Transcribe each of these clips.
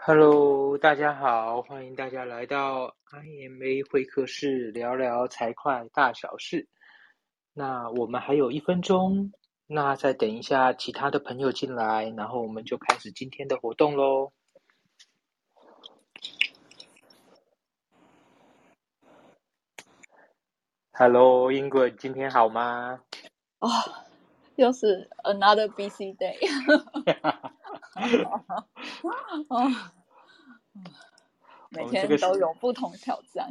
Hello，大家好，欢迎大家来到 IMA 会客室，聊聊财会大小事。那我们还有1分钟，那再等一下其他的朋友进来，然后我们就开始今天的活动咯。Hello，英国今天好吗？ 哦，又是 another busy day 哦，每天我们这个是都有不同挑战。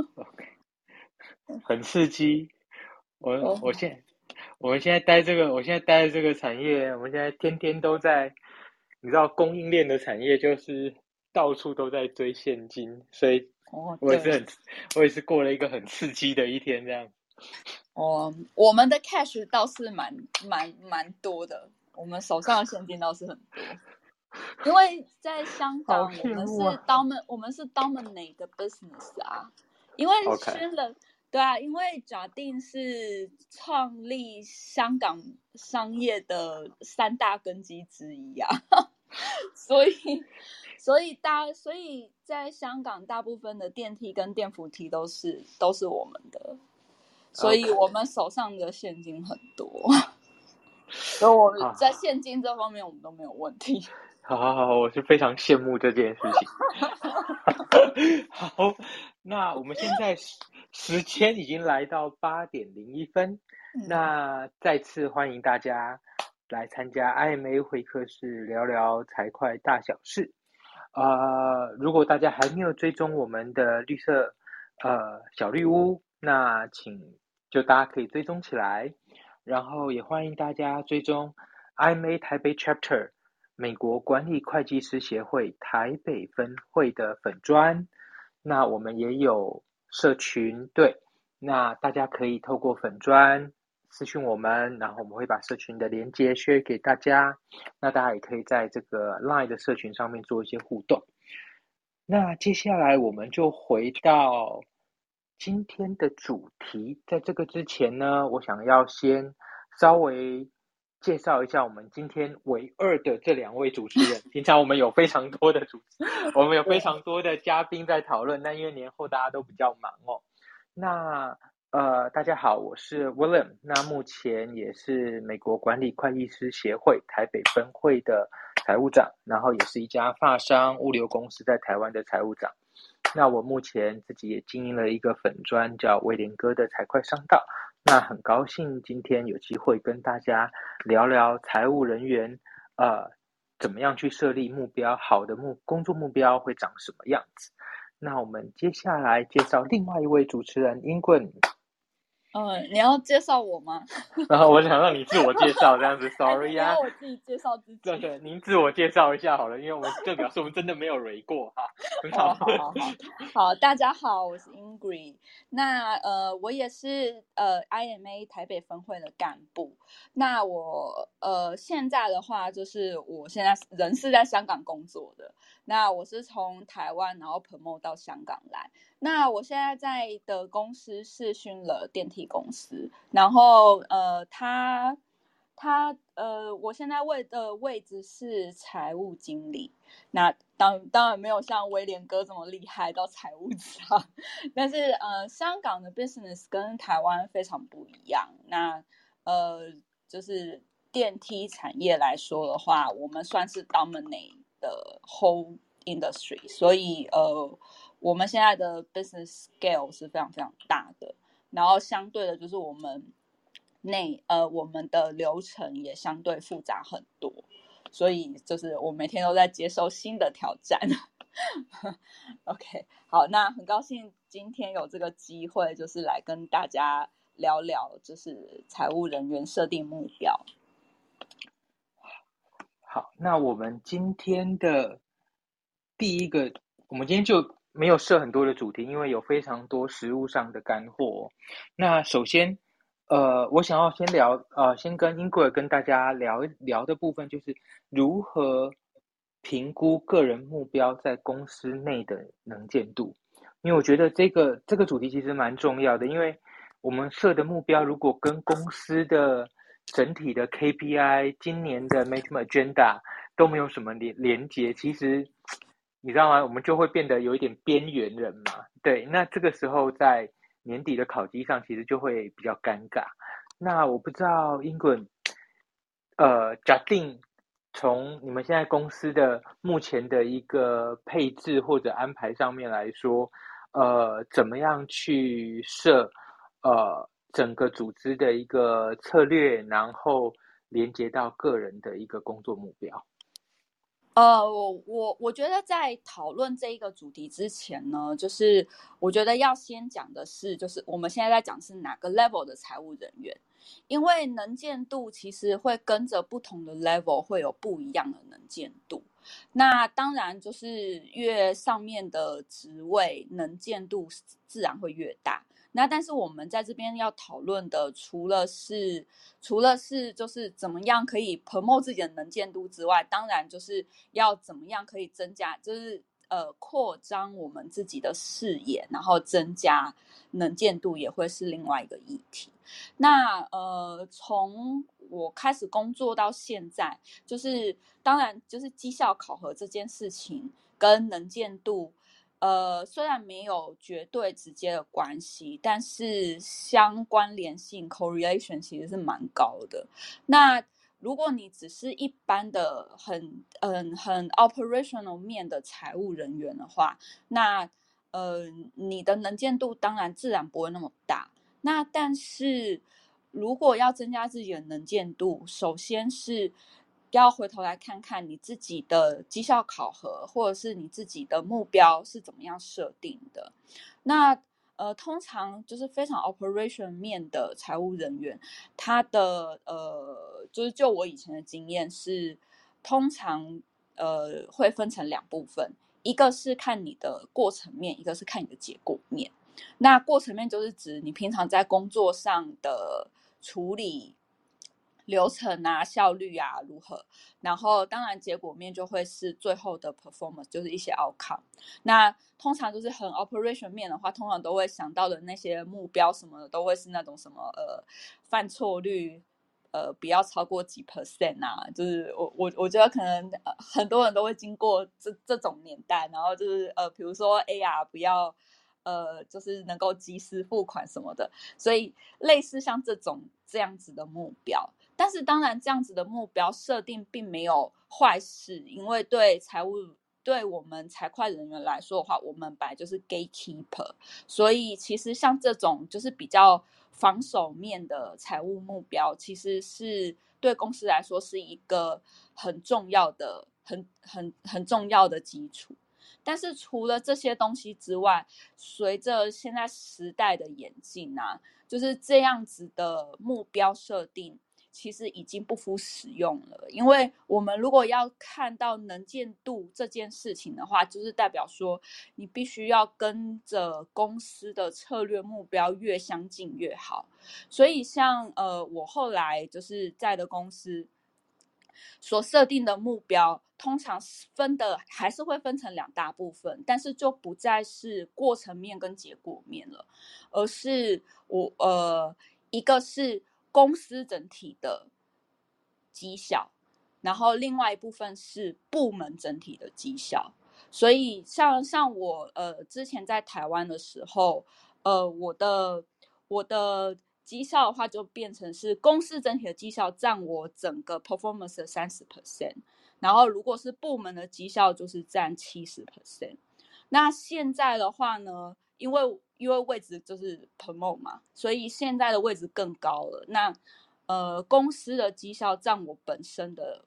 很刺激。我哦， 我现我们现在待这个，我现在待的这个产业，我们现在天天都在，你知道供应链的产业就是到处都在追现金，所以哦，对， 我也是很，我也是过了一个很刺激的一天这样。 我们的 cash 倒是蛮多的，我们手上的现金倒是很多，因为在香好港羡慕啊我们是 dominate 的 business 啊，因为 ！OK， 宣了。对啊，因为假定是创立香港商业的3大根基之一啊，所以所以在香港大部分的电梯跟电扶梯都是我们的，所以 OK， 我们手上的现金很多，所以我好， 在现金这方面我们都没有问题。 好，我是非常羡慕这件事情。好，那我们现在时间已经来到8:01，那再次欢迎大家来参加 IMA 会客室，聊聊财会大小事。如果大家还没有追踪我们的绿色小绿屋，那请就大家可以追踪起来，然后也欢迎大家追踪 IMA 台北 Chapter 美国管理会计师协会台北分会的粉专。那我们也有社群，对，那大家可以透过粉专私讯我们，然后我们会把社群的连接 share 给大家。那大家也可以在这个 LINE 的社群上面做一些互动。那接下来我们就回到今天的主题。在这个之前呢，我想要先稍微介绍一下我们今天唯二的这2位主持人。平常我们有非常多的我们有非常多的嘉宾在讨论，但因为年后大家都比较忙哦。那大家好，我是 William，那目前也是美国管理会计师协会台北分会的财务长，然后也是一家法商物流公司在台湾的财务长。那我目前自己也经营了一个粉专叫威廉哥的财会商道，那很高兴今天有机会跟大家聊聊财务人员怎么样去设立目标，好的工作目标会长什么样子。那我们接下来介绍另外一位主持人英棍。 你要介绍我吗？ 然后我想让你自我介绍，这样子，sorry 还啊。 是我自己介绍自己？ 对，您自我介绍一下好了，因为我们这表示我们真的没有蕊过哈。很好， 好，大家好，我是 Ingrid。那我也是IMA 台北分会的干部。那我现在的话，就是我现在人是在香港工作的。那我是从台湾然后 promote 到香港来。那我现在在的公司是勋了电梯公司，然后我现在的位置是财务经理。那当然没有像威廉哥这么厉害到财务长，但是香港的 business 跟台湾非常不一样。那就是电梯产业来说的话，我们算是 dominate 的 whole industry， 所以我们现在的 business scale 是非常非常大的，然后相对的就是我们的流程也相对复杂很多，所以就是我每天都在接受新的挑战。OK， 好，那很高兴今天有这个机会，就是来跟大家聊聊，就是财务人员设定目标。 好，那我们今天的第一个，我们今天就没有设很多的主题，因为有非常多实务上的干货。那首先，我想要先跟英国尔跟大家聊一聊的部分，就是如何评估个人目标在公司内的能见度。因为我觉得这个主题其实蛮重要的，因为我们设的目标如果跟公司的整体的 KPI、今年的 Management Agenda 都没有什么连结，其实你知道吗？我们就会变得有一点边缘人嘛。对，那这个时候在年底的考绩上，其实就会比较尴尬。那我不知道英滚，假定从你们现在公司的目前的一个配置或者安排上面来说，怎么样去设整个组织的一个策略，然后连接到个人的一个工作目标？ 我觉得在讨论这一个主题之前呢，就是我觉得要先讲的是，就是我们现在在讲是哪个 level 的财务人员，因为能见度其实会跟着不同的 level 会有不一样的能见度。那当然就是越上面的职位能见度自然会越大。那但是我们在这边要讨论的，除了是就是怎么样可以 promote 自己的能见度之外，当然就是要怎么样可以增加，就是扩张我们自己的视野，然后增加能见度也会是另外一个议题。那从我开始工作到现在，就是当然就是绩效考核这件事情跟能见度。虽然没有绝对直接的关系，但是相关联性 correlation 其实是蛮高的。那如果你只是一般的很 operational 面的财务人员的话，那你的能见度当然自然不会那么大。那但是如果要增加自己的能见度，首先是要回头来看看你自己的绩效考核，或者是你自己的目标是怎么样设定的。那通常就是非常 operation 面的财务人员，他的就是就我以前的经验是，通常会分成两部分，一个是看你的过程面，一个是看你的结果面。那过程面就是指你平常在工作上的处理流程啊、效率啊如何，然后当然结果面就会是最后的 performance， 就是一些 outcome。那通常就是很 operation 面的话，通常都会想到的那些目标什么的，都会是那种什么犯错率不要超过几 percent 啊，就是我觉得可能很多人都会经过这种年代，然后就是比如说 AR 不要就是能够及时付款什么的，所以类似像这样子的目标。但是当然这样子的目标设定并没有坏事，因为对我们财会人员来说的话，我们本来就是 gatekeeper， 所以其实像这种就是比较防守面的财务目标，其实是对公司来说是一个很重要的、很重要的基础。但是除了这些东西之外，随着现在时代的演进啊，就是这样子的目标设定其实已经不敷使用了。因为我们如果要看到能见度这件事情的话，就是代表说你必须要跟着公司的策略目标越相近越好。所以像我后来就是在的公司所设定的目标，通常还是会分成两大部分，但是就不再是过程面跟结果面了，而是一个是公司整体的绩效，然后另外一部分是部门整体的绩效。所以像我之前在台湾的时候，我的绩效的话就变成是公司整体的绩效占我整个 performance 的30%，然后如果是部门的绩效就是占70%。那现在的话呢，因为位置就是 promote 嘛，所以现在的位置更高了。那公司的绩效占我本身的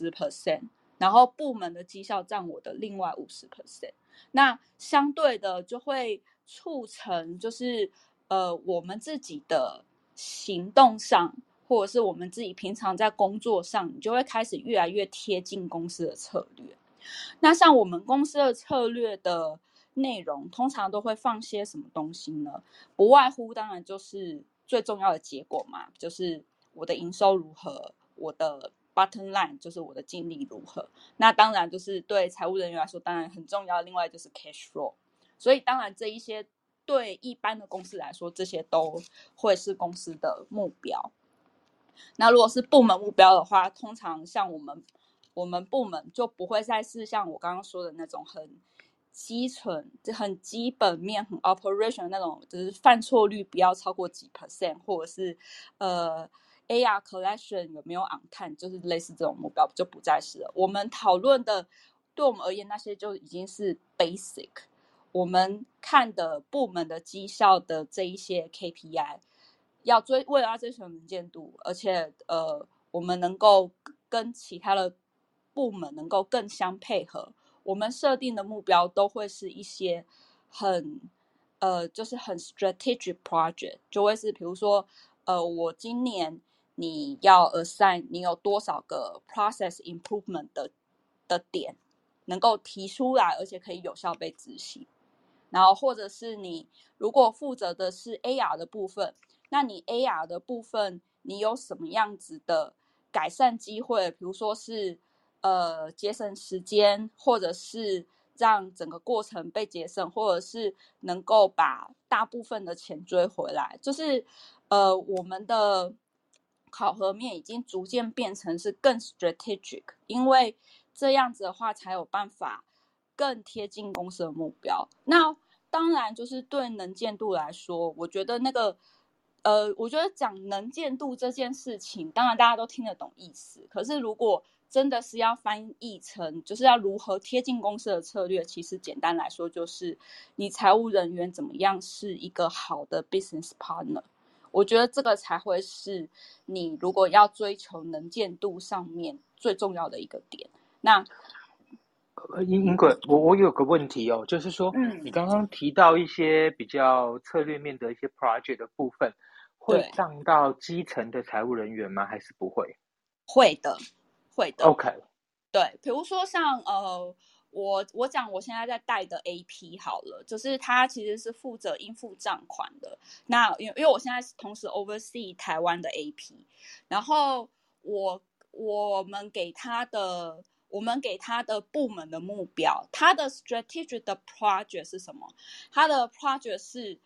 50%，然后部门的绩效占我的另外50%。那相对的就会促成就是我们自己的行动上，或者是我们自己平常在工作上，你就会开始越来越贴近公司的策略。那像我们公司的策略的内容，通常都会放些什么东西呢？不外乎当然就是最重要的结果嘛，就是我的营收如何，我的 bottom line 就是我的净利如何。那当然就是对财务人员来说，当然很重要。另外就是 cash flow， 所以当然这一些对一般的公司来说，这些都会是公司的目标。那如果是部门目标的话，通常像我们部门就不会再是像我刚刚说的那种很很基本面、很 operation 的那种，就是犯错率不要超过几 percent， 或者是AR collection 有没有 on time， 就是类似这种目标就不再是了。我们讨论的，对我们而言，那些就已经是 basic。我们看的部门的绩效的这一些 KPI，为了要追求能见度，而且我们能够跟其他的部门能够更相配合，我们设定的目标都会是一些就是很 strategic project， 就会是比如说我今年你要 assign 你有多少个 process improvement 的点能够提出来，而且可以有效被执行。然后或者是你如果负责的是 AR 的部分，那你 AR 的部分你有什么样子的改善机会，比如说是节省时间，或者是让整个过程被节省，或者是能够把大部分的钱追回来，就是我们的考核面已经逐渐变成是更 strategic， 因为这样子的话才有办法更贴近公司的目标。那当然就是对能见度来说，我觉得我觉得讲能见度这件事情，当然大家都听得懂意思，可是如果真的是要翻译成就是要如何贴近公司的策略，其实简单来说就是你财务人员怎么样是一个好的 business partner。我觉得这个才会是你如果要追求能见度上面最重要的一个点。那英国，我有个问题哦，就是说，你刚刚提到一些比较策略面的一些 project 的部分，会涨到基层的财务人员吗？还是不会？ 会的，会的。 OK， 对，比如说像我讲我现在在带的 AP 好了，就是他其实是负责应付账款的。那因为我现在同时 oversee 台湾的 AP， 然后我们给他的部门的目标，他的 strategic 的 project 是什么？他的 project 是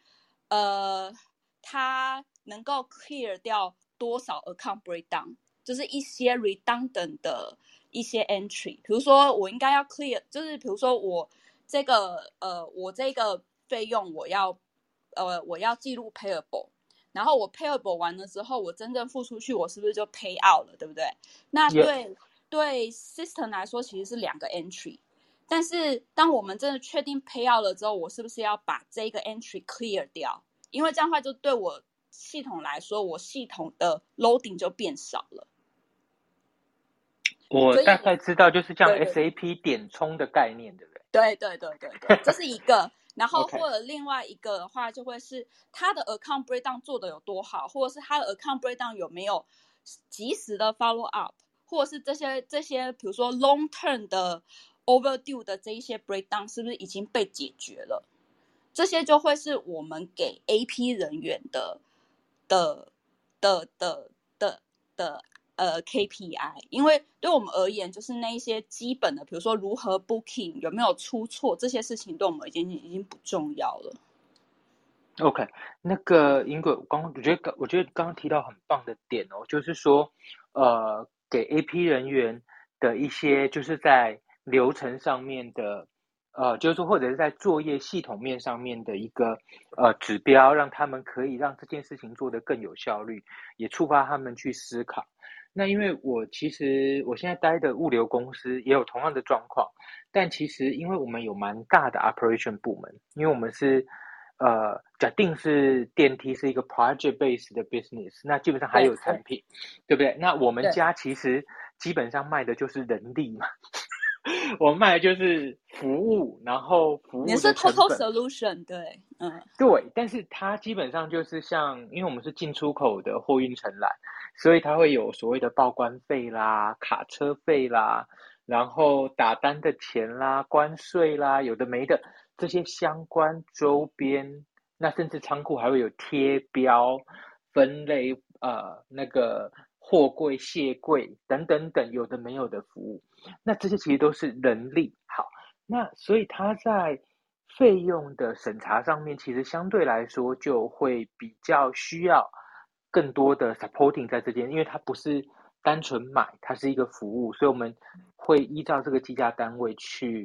他能够 clear 掉多少 account breakdown， 就是一些 redundant 的一些 entry， 比如说我应该要 clear， 就是比如说我这个费用我要记录 payable， 然后我 payable 完了之后，我真正付出去，我是不是就 pay out 了，对不对？那对 system 来说其实是2个 entry， 但是当我们真的确定 pay out 了之后，我是不是要把这个 entry clear 掉？因为这样的话就对我系统来说，我系统的 loading 就变少了。 我大概知道，就是像 SAP 点充的概念，对不对？ 对，这是一个。然后或者另外一个的话，就会是他的 account breakdown 做的有多好，或者是他的 account breakdown 有没有及时的 follow up， 或者是这些比如说 long term 的 overdue 的这一些 breakdown 是不是已经被解决了？这些就会是我们给 AP 人员的KPI， 因为对我们而言，就是那一些基本的，比如说如何 booking 有没有出错，这些事情对我们已经不重要了。 OK， 那个英国，我觉得刚刚提到很棒的点哦，就是说，给 AP 人员的一些就是在流程上面的，就是说或者是在作业系统面上面的一个指标，让他们可以让这件事情做得更有效率，也触发他们去思考。那因为其实我现在待的物流公司也有同样的状况，但其实因为我们有蛮大的 operation 部门，因为我们是假定是电梯是一个 project base 的 business， 那基本上还有产品， 对不对？那我们家其实基本上卖的就是人力嘛，我们卖的就是服务，然后服务的成本。 你是 total solution， 对， 对，但是它基本上就是像，因为我们是进出口的货运承揽，所以它会有所谓的报关费啦、卡车费啦，然后打单的钱啦、关税啦，有的没的这些相关周边，那甚至仓库还会有贴标、分类、那个货柜、卸柜等等等，有的没有的服务，那这些其实都是人力。好，那所以它在费用的审查上面，其实相对来说就会比较需要更多的 supporting 在这边，因为它不是单纯买，它是一个服务，所以我们会依照这个计价单位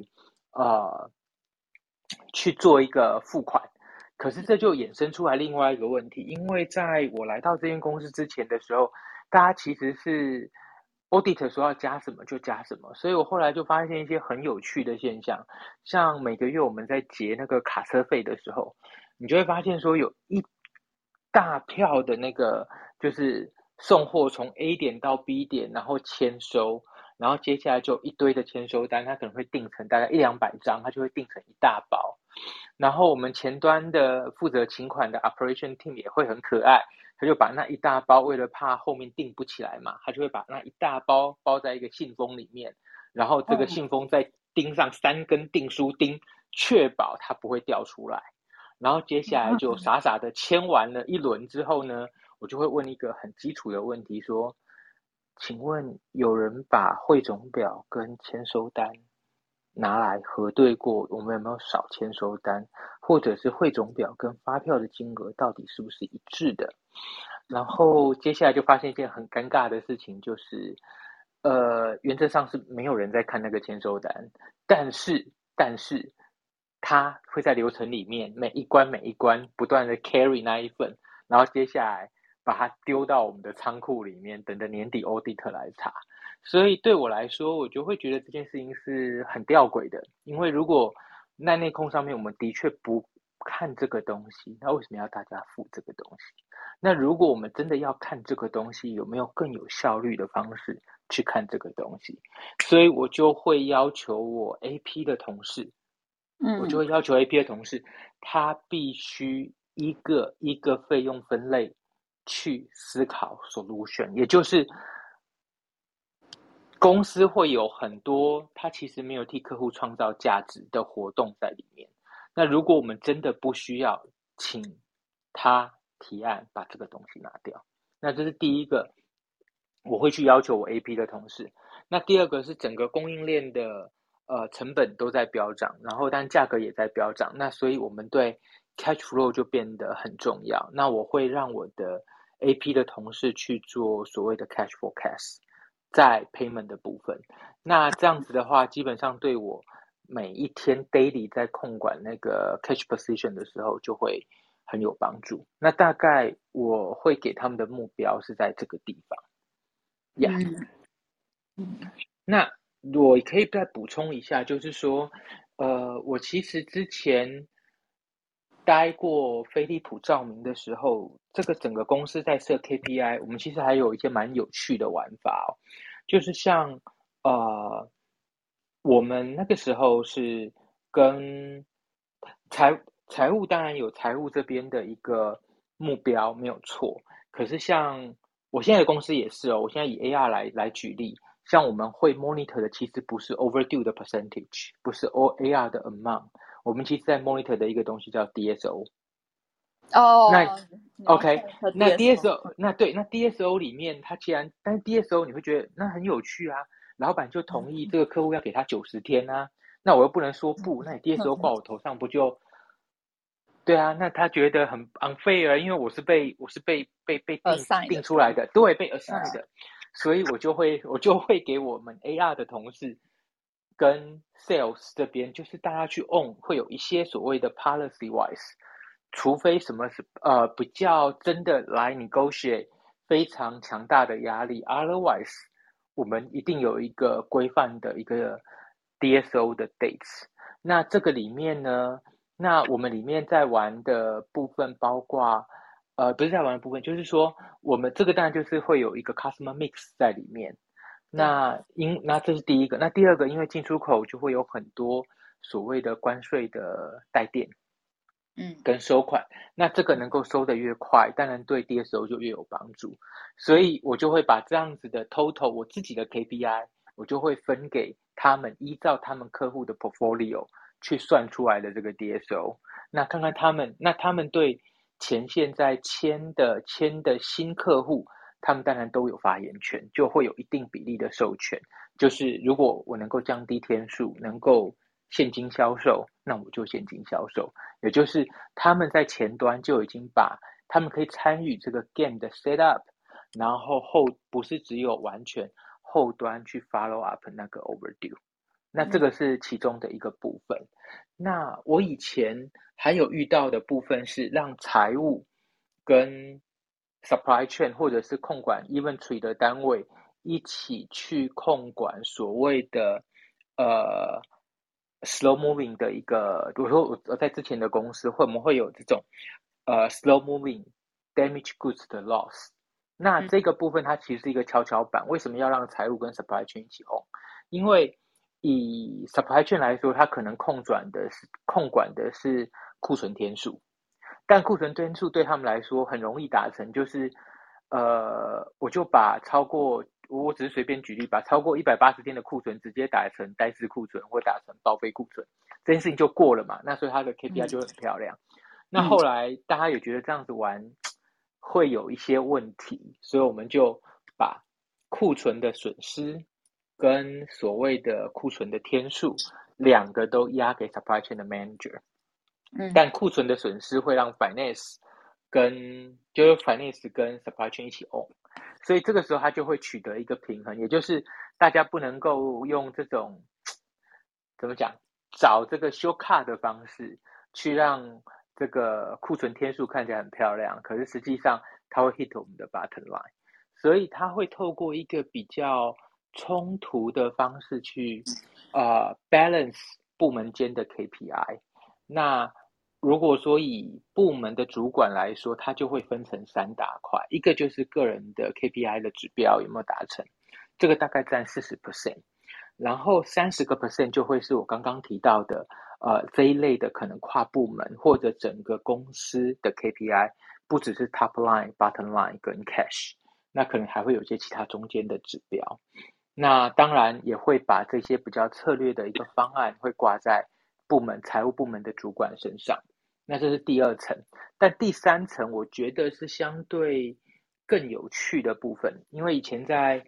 去做一个付款。可是这就衍生出来另外一个问题，因为在我来到这间公司之前的时候，大家其实是 audit 说要加什么就加什么，所以我后来就发现一些很有趣的现象，像每个月我们在结那个卡车费的时候，你就会发现说有一大票的那个就是送货从 A 点到 B 点，然后签收，然后接下来就一堆的签收单，它可能会订成大概100-200张，它就会订成一大包。然后我们前端的负责请款的 operation team 也会很可爱，他就把那一大包，为了怕后面订不起来嘛，他就会把那一大包包在一个信封里面，然后这个信封再钉上3根订书钉，确保它不会掉出来。然后接下来就傻傻的签完了一轮之后呢，我就会问一个很基础的问题说，请问有人把汇总表跟签收单拿来核对过，我们有没有少签收单，或者是汇总表跟发票的金额到底是不是一致的？然后接下来就发现一件很尴尬的事情，就是原则上是没有人在看那个签收单，但是他会在流程里面每一关不断的 carry 那一份，然后接下来把它丢到我们的仓库里面，等着年底 audit 来查。所以对我来说，我就会觉得这件事情是很吊诡的，因为如果在内控上面我们的确不看这个东西，那为什么要大家付这个东西？那如果我们真的要看这个东西，有没有更有效率的方式去看这个东西？所以我就会要求我 AP 的同事，他必须一个一个费用分类去思考 solution， 也就是公司会有很多他其实没有替客户创造价值的活动在里面。那如果我们真的不需要，请他提案把这个东西拿掉。那这是第一个，我会去要求我 AP 的同事。那第二个是整个供应链的成本都在飙涨，然后但价格也在飙涨，那所以我们对 cash flow 就变得很重要。那我会让我的 AP 的同事去做所谓的 cash forecast， 在 payment 的部分。那这样子的话，基本上对我每一天 daily 在控管那个 cash position 的时候就会很有帮助。那大概我会给他们的目标是在这个地方。那我可以再补充一下，就是说，我其实之前待过飞利浦照明的时候，这个整个公司在设 KPI，我们其实还有一些蛮有趣的玩法哦，就是像我们那个时候是跟财务当然有财务这边的一个目标没有错，可是像我现在的公司也是哦，我现在以 AR 来举例，像我们会 monitor 的其实不是 overdue 的 percentage， 不是 AR 的 amount， 我们其实在 monitor 的一个东西叫 DSO。那 OK， 那 DSO 那DSO 里面，但是 DSO 你会觉得那很有趣啊，老板就同意这个客户要给他90天啊，那我又不能说不，那你 DSO 挂我头上不就？对啊，那他觉得很 unfair， 因为我是被定出来的，对，被 assign 的，所以我就会给我们 AR 的同事跟 sales 这边，就是大家去 own， 会有一些所谓的 policy wise， 除非什么是比较真的来 negotiate 非常强大的压力 ，otherwise 我们一定有一个规范的一个 DSO 的 dates。那这个里面呢？那我们里面在玩的部分包括，不是在玩的部分，就是说我们这个当然就是会有一个 customer mix 在里面。那这是第一个，那第二个，因为进出口就会有很多所谓的关税的代垫，跟收款，那这个能够收得越快，当然对 DSO 就越有帮助。所以我就会把这样子的 total 我自己的 KPI， 我就会分给他们，依照他们客户的 portfolio。去算出来的这个 DSO， 那看看他们对前线在签的新客户，他们当然都有发言权，就会有一定比例的授权。就是如果我能够降低天数，能够现金销售，那我就现金销售。也就是他们在前端就已经把他们可以参与这个 game 的 set up， 然后不是只有完全后端去 follow up 那个 overdue。那这个是其中的一个部分。那我以前还有遇到的部分是让财务跟 supply chain 或者是控管 inventory 的单位一起去控管所谓的slow moving 的一个，比如说我在之前的公司我们会有这种slow moving damage goods 的 loss。那这个部分它其实是一个跷跷板，为什么要让财务跟 supply chain 一起 own？ 因为以 supply chain 来说，它可能控管的是库存天数，但库存天数对他们来说很容易达成，就是我就把超过，我只是随便举例，把超过180天的库存直接打成呆滞库存或打成报废库存，这件事情就过了嘛。那所以它的 KPI 就很漂亮。那后来大家也觉得这样子玩会有一些问题，所以我们就把库存的损失跟所谓的库存的天数两个都压给 supply chain 的 manager。但库存的损失会让 finance 跟 supply chain 一起 own， 所以这个时候他就会取得一个平衡，也就是大家不能够用这种怎么讲，找这个 shortcut 的方式去让这个库存天数看起来很漂亮，可是实际上它会 hit 我们的 bottom line， 所以它会透过一个比较冲突的方式去balance 部门间的 KPI。那如果说以部门的主管来说，它就会分成3大块，一个就是个人的 KPI 的指标有没有达成，这个大概占 40%， 然后30% 就会是我刚刚提到的这一类的可能跨部门或者整个公司的 KPI， 不只是 top line、bottom line 跟 cash， 那可能还会有些其他中间的指标。那当然也会把这些比较策略的一个方案会挂在财务部门的主管身上，那这是第2层。但第3层我觉得是相对更有趣的部分，因为以前在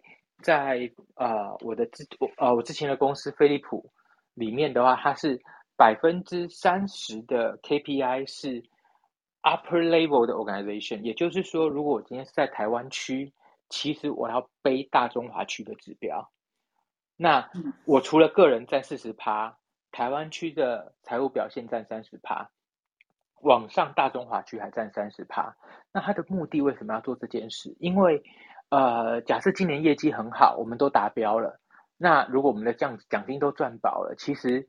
我之前的公司飞利浦里面的话，它是30%的 KPI 是 upper level 的 organization， 也就是说，如果我今天是在台湾区，其实我要背大中华区的指标。那我除了个人占40%，台湾区的财务表现占30%，往上大中华区还占30%。那他的目的为什么要做这件事？因为假设今年业绩很好，我们都达标了，那如果我们的奖金都赚饱了，其实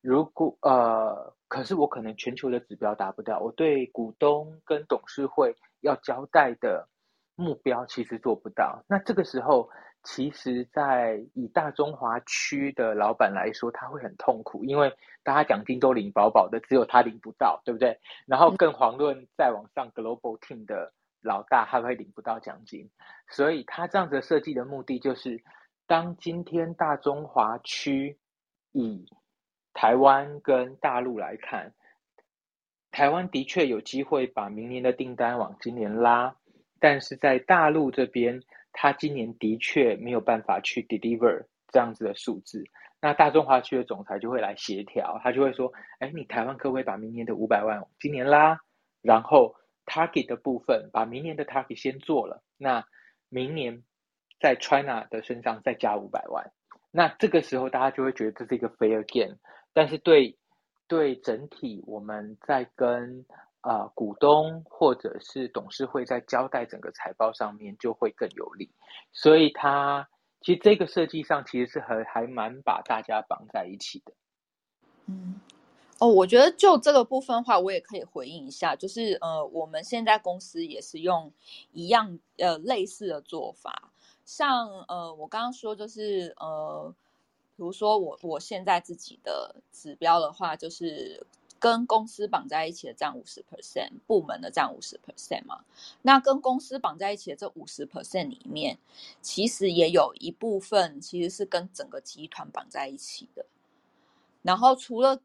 可是我可能全球的指标达不到，我对股东跟董事会要交代的目标其实做不到。那这个时候其实在以大中华区的老板来说，他会很痛苦，因为大家奖金都领饱饱的，只有他领不到，对不对？然后更遑论再往上 global team 的老大，他会领不到奖金。所以他这样子设计的目的就是，当今天大中华区以台湾跟大陆来看，台湾的确有机会把明年的订单往今年拉，但是在大陆这边，他今年的确没有办法去 deliver 这样子的数字。那大中华区的总裁就会来协调，他就会说，你台湾可不可以把明年的500万往今年拉，然后 target 的部分把明年的 target 先做了，那明年在 China 的身上再加500万。那这个时候大家就会觉得这是一个 fair game， 但是对整体我们在跟股东或者是董事会在交代整个财报上面就会更有利。所以其实这个设计上其实是还蛮把大家绑在一起的。 我觉得就这个部分的话，我也可以回应一下，就是我们现在公司也是用一样类似的做法，像我刚刚说就是比如说我现在自己的指标的话，就是跟公司绑在一起的占 50%， 部门的占 50% 嘛。那跟公司绑在一起的这 50% 里面，其实也有一部分其实是跟整个集团绑在一起的。然后除了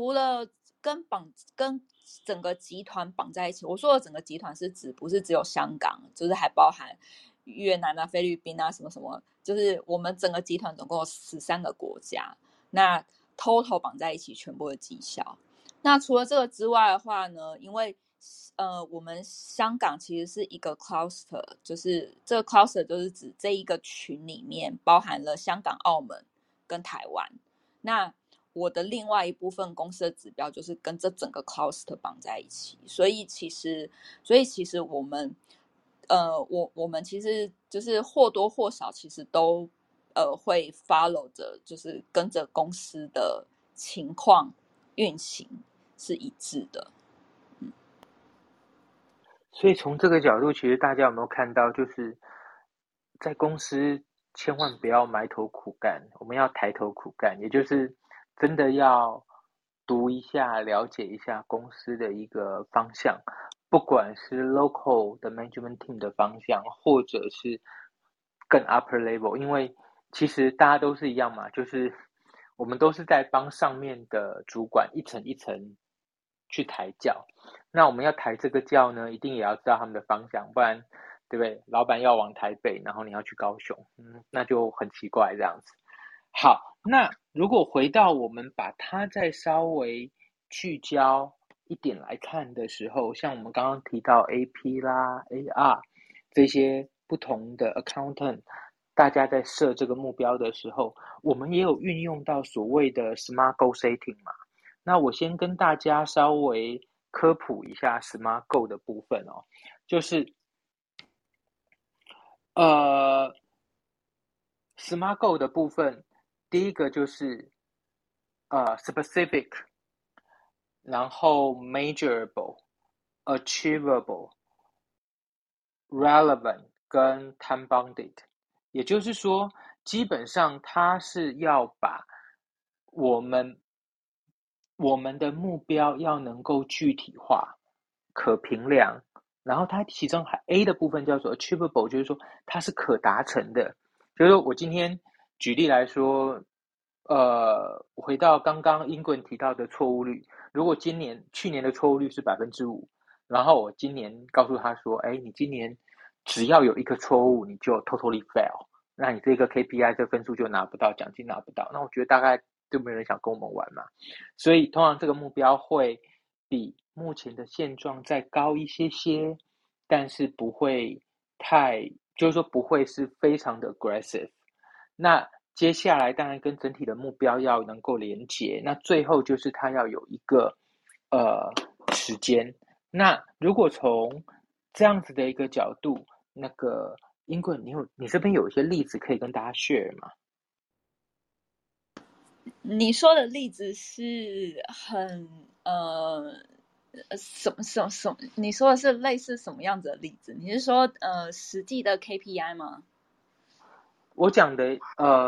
跟整个集团绑在一起，我说的整个集团是指不是只有香港，就是还包含越南啊、菲律宾啊什么什么，就是我们整个集团总共有13个国家，那 total 绑在一起全部的绩效。那除了这个之外的话呢，因为我们香港其实是一个 cluster， 就是这个 cluster 就是指这一个群里面包含了香港、澳门跟台湾。那我的另外一部分公司的指标就是跟这整个 cluster 绑在一起，所以其实我们我们其实就是或多或少其实都会 follow 着，就是跟着公司的情况运行是一致的。 所以从这个角度，其实大家有没有看到，就是在公司千万不要埋头苦干，我们要抬头苦干，也就是真的要读一下、了解一下公司的一个方向，不管是 local 的 management team 的方向，或者是更 upper level，因为其实大家都是一样嘛，就是我们都是在帮上面的主管一层一层去抬轿。那我们要抬这个轿呢，一定也要知道他们的方向，不然对不对？老板要往台北，然后你要去高雄，那就很奇怪这样子。好，那如果回到我们把它再稍微聚焦一点来看的时候，像我们刚刚提到 AP 啦、AR 这些不同的 accountant，大家在设这个目标的时候，我们也有运用到所谓的 SMART Goal Setting 嘛。那我先跟大家稍微科普一下 SMART Goal 的部分哦，就是SMART Goal 的部分，第一个就是specific，然后 measurable、achievable、relevant 跟 time bounded，也就是说，基本上它是要把我们的目标要能够具体化、可评量，然后它其中还 A 的部分叫做 achievable，就是说它是可达成的。就是说我今天举例来说，回到刚刚英棍提到的错误率，如果去年的错误率是5%，然后我今年告诉他说，哎，你今年只要有一个错误，你就 totally fail，那你这个 KPI 这分数就拿不到，奖金拿不到。那我觉得大概就没有人想跟我们玩嘛。所以通常这个目标会比目前的现状再高一些些，但是不会太，就是说不会是非常的 aggressive。那接下来当然跟整体的目标要能够连结，那最后就是它要有一个时间。那如果从这样子的一个角度，那个英棍，你这边有一些例子可以跟大家 share 吗？ 你说的例子是很什么？你说的是类似什么样子的例子？你是说实际的 KPI 吗？ 我讲的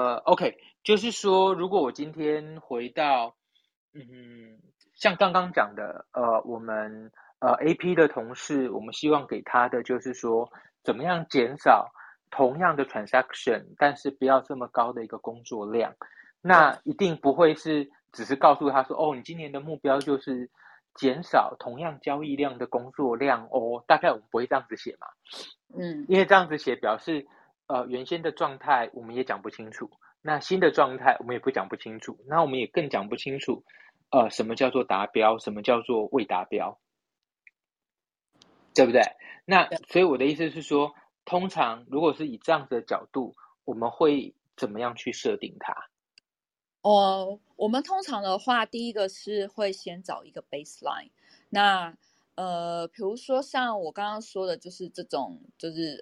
OK，就是说，如果我今天回到像刚刚讲的我们AP 的同事，我们希望给他的就是说，怎么样减少同样的 transaction，但是不要这么高的一个工作量。那一定不会是只是告诉他说，哦，你今年的目标就是减少同样交易量的工作量哦。大概我们不会这样子写嘛，因为这样子写表示原先的状态我们也讲不清楚，那新的状态我们也不讲不清楚，那我们也更讲不清楚什么叫做达标，什么叫做未达标，对不对？那所以我的意思是说，通常如果是以这样子的角度，我们会怎么样去设定它？ 我们通常的话，第一个是会先找一个 baseline。那比如说像我刚刚说的，就是这种，就是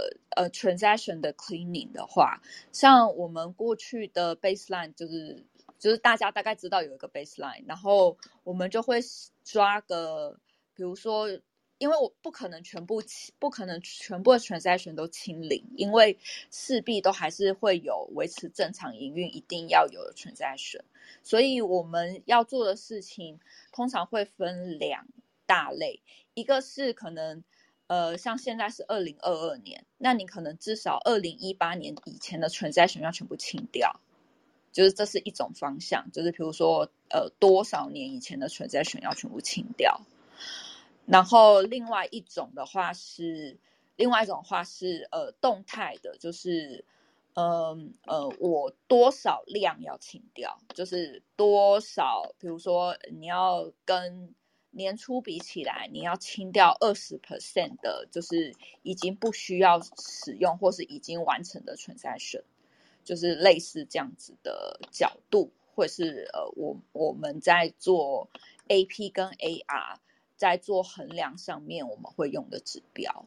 transaction 的 cleaning 的话，像我们过去的 baseline 就是大家大概知道有一个 baseline，然后我们就会抓个，比如说。因为我不可能全部的 transaction 都清零，因为势必都还是会有维持正常营运一定要有的 transaction，所以我们要做的事情通常会分两大类，一个是可能像现在是2022年，那你可能至少2018年以前的 transaction 要全部清掉，就是这是一种方向，就是比如说多少年以前的 transaction 要全部清掉。然后另外一种的话是动态的，就是我多少量要清掉，就是多少，比如说你要跟年初比起来，你要清掉20% 的，就是已经不需要使用或是已经完成的 transaction， 就是类似这样子的角度，或是我们在做 AP 跟 AR 在做衡量上面我们会用的指标。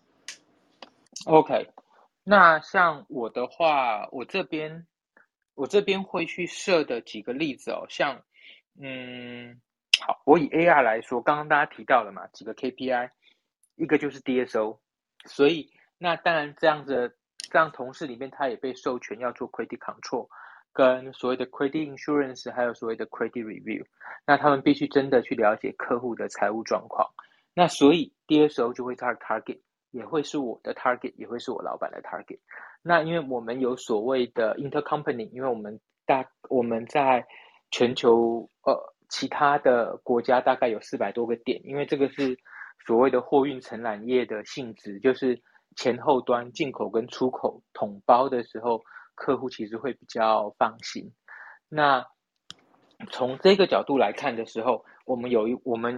OK，那像我的话，我这边会去设的几个例子哦，像好，我以 AR 来说，刚刚大家提到了嘛，几个 KPI，一个就是 DSO，所以那当然这样同事里面他也被授权要做 credit control，跟所谓的 credit insurance，还有所谓的 credit review，那他们必须真的去了解客户的财务状况，那所以 DSO 就会是他的 target。也会是我的 target， 也会是我老板的 target。那因为我们有所谓的 intercompany， 因为我们在全球其他的国家大概有400多个点，因为这个是所谓的货运承揽业的性质，就是前后端进口跟出口统包的时候，客户其实会比较放心。那从这个角度来看的时候，我们有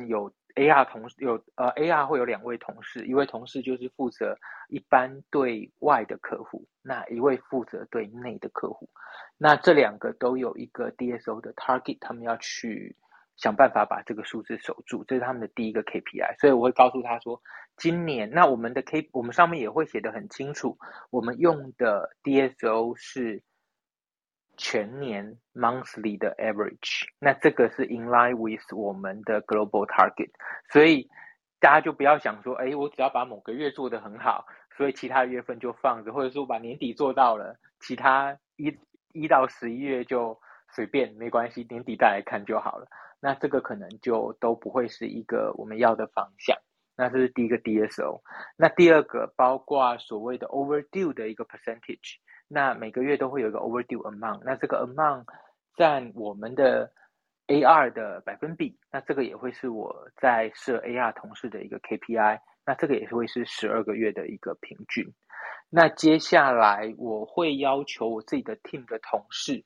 AR 同事AR 会有2位同事，一位同事就是负责一般对外的客户，那一位负责对内的客户。那这2个都有一个 DSO 的 target， 他们要去想办法把这个数字守住，这是他们的第一个 KPI。所以我会告诉他说，今年那我们上面也会写得很清楚，我们用的 DSO 是全年 monthly 的 average， 那这个是 in line with 我们的 global target， 所以大家就不要想说，我只要把某个月做得很好，所以其他月份就放着，或者说把年底做到了，其他一到11月就随便没关系，年底再来看就好了。那这个可能就都不会是一个我们要的方向。那这是第一个 DSO。那第二个包括所谓的 overdue 的一个 percentage。那每个月都会有一个 overdue amount， 那这个 amount 占我们的 AR 的百分比，那这个也会是我在设 AR 同事的一个 KPI， 那这个也是会是12个月的一个平均。那接下来我会要求我自己的 team 的同事，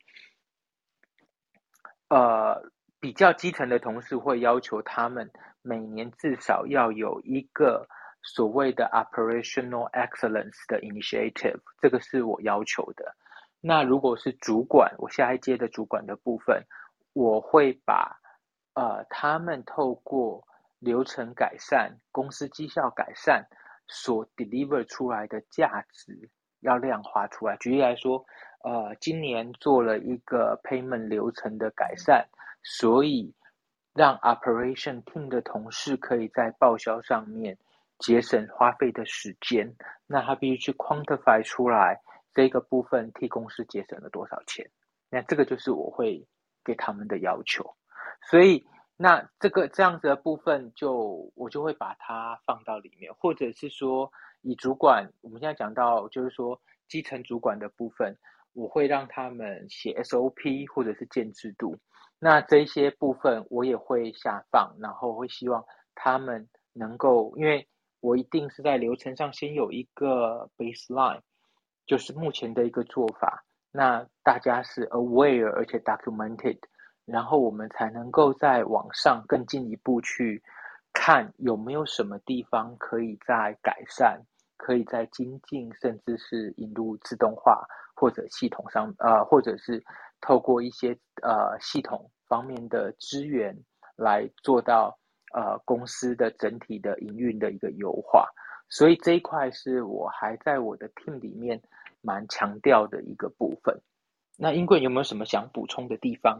比较基层的同事会要求他们每年至少要有一个所谓的 operational excellence 的 initiative， 这个是我要求的。那如果是主管，我下一阶的主管的部分，我会把他们透过流程改善、公司绩效改善所 deliver 出来的价值要量化出来。举例来说，今年做了一个 payment 流程的改善，所以让 operation team 的同事可以在报销上面节省花费的时间，那他必须去 quantify 出来这个部分替公司节省了多少钱，那这个就是我会给他们的要求。所以那这样子的部分我就会把它放到里面，或者是说以主管，我们现在讲到就是说基层主管的部分，我会让他们写 SOP 或者是建制度，那这些部分我也会下放，然后会希望他们能够，因为我一定是在流程上先有一个 baseline， 就是目前的一个做法，那大家是 aware 而且 documented， 然后我们才能够在网上更进一步去看有没有什么地方可以再改善，可以再精进，甚至是引入自动化或者系统上或者是透过一些系统方面的资源来做到公司的整体的营运的一个优化。所以这一块是我还在我的 team 里面蛮强调的一个部分。那英贵有没有什么想补充的地方？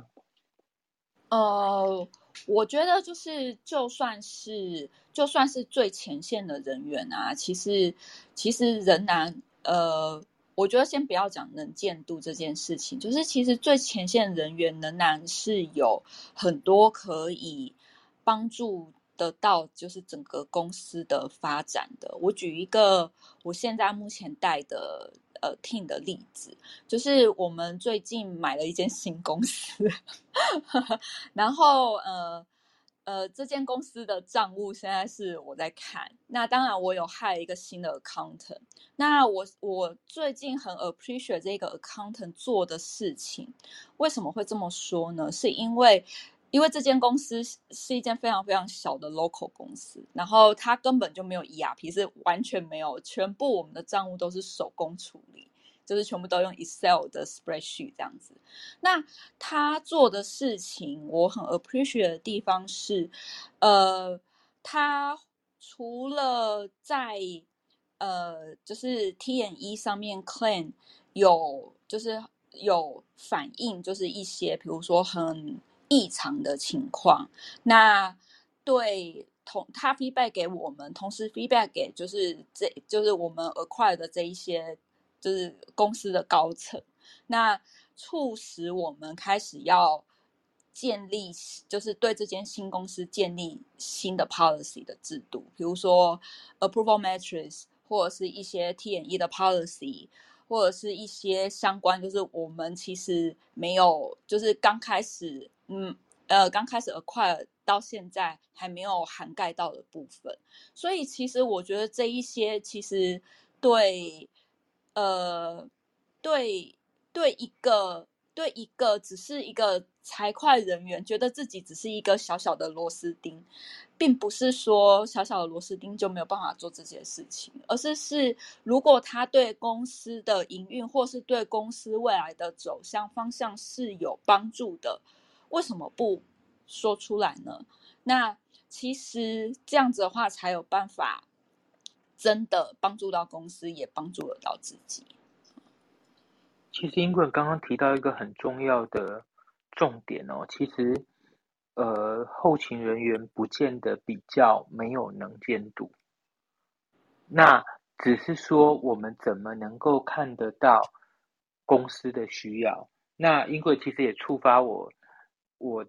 我觉得就是就算是最前线的人员啊，其实仍然我觉得先不要讲能见度这件事情，就是其实最前线人员仍然是有很多可以帮助得到就是整个公司的发展的。我举一个我现在目前带的team 的例子，就是我们最近买了一间新公司然后这间公司的账务现在是我在看，那当然我有害一个新的 accountant， 那我最近很 appreciate 这个 accountant 做的事情，为什么会这么说呢？是因为因为这间公司是一间非常非常小的 local 公司，然后它根本就没有 ERP， 是完全没有，全部我们的账务都是手工处理，就是全部都用 Excel 的 spreadsheet 这样子。那他做的事情，我很 appreciate 的地方是，他除了在就是 T&E 上面 claim 就是有反映，就是一些比如说很异常的情况，那他 feedback 给我们，同时 feedback 给就是我们 acquire 的这一些就是公司的高层，那促使我们开始要建立，就是对这间新公司建立新的 policy 的制度，比如说 approval metrics， 或者是一些 T&E 的 policy， 或者是一些相关，就是我们其实没有，就是刚开始 acquire 到现在还没有涵盖到的部分。所以其实我觉得这一些其实对对一个只是一个财会人员，觉得自己只是一个小小的螺丝钉，并不是说小小的螺丝钉就没有办法做这件事情，而是如果他对公司的营运或是对公司未来的走向方向是有帮助的，为什么不说出来呢？那其实这样子的话才有办法真的帮助到公司，也帮助得到自己。 其实英国人刚刚提到一个很重要的重点哦，其实后勤人员不见得比较没有能见度，那只是说我们怎么能够看得到公司的需要。那英国其实也我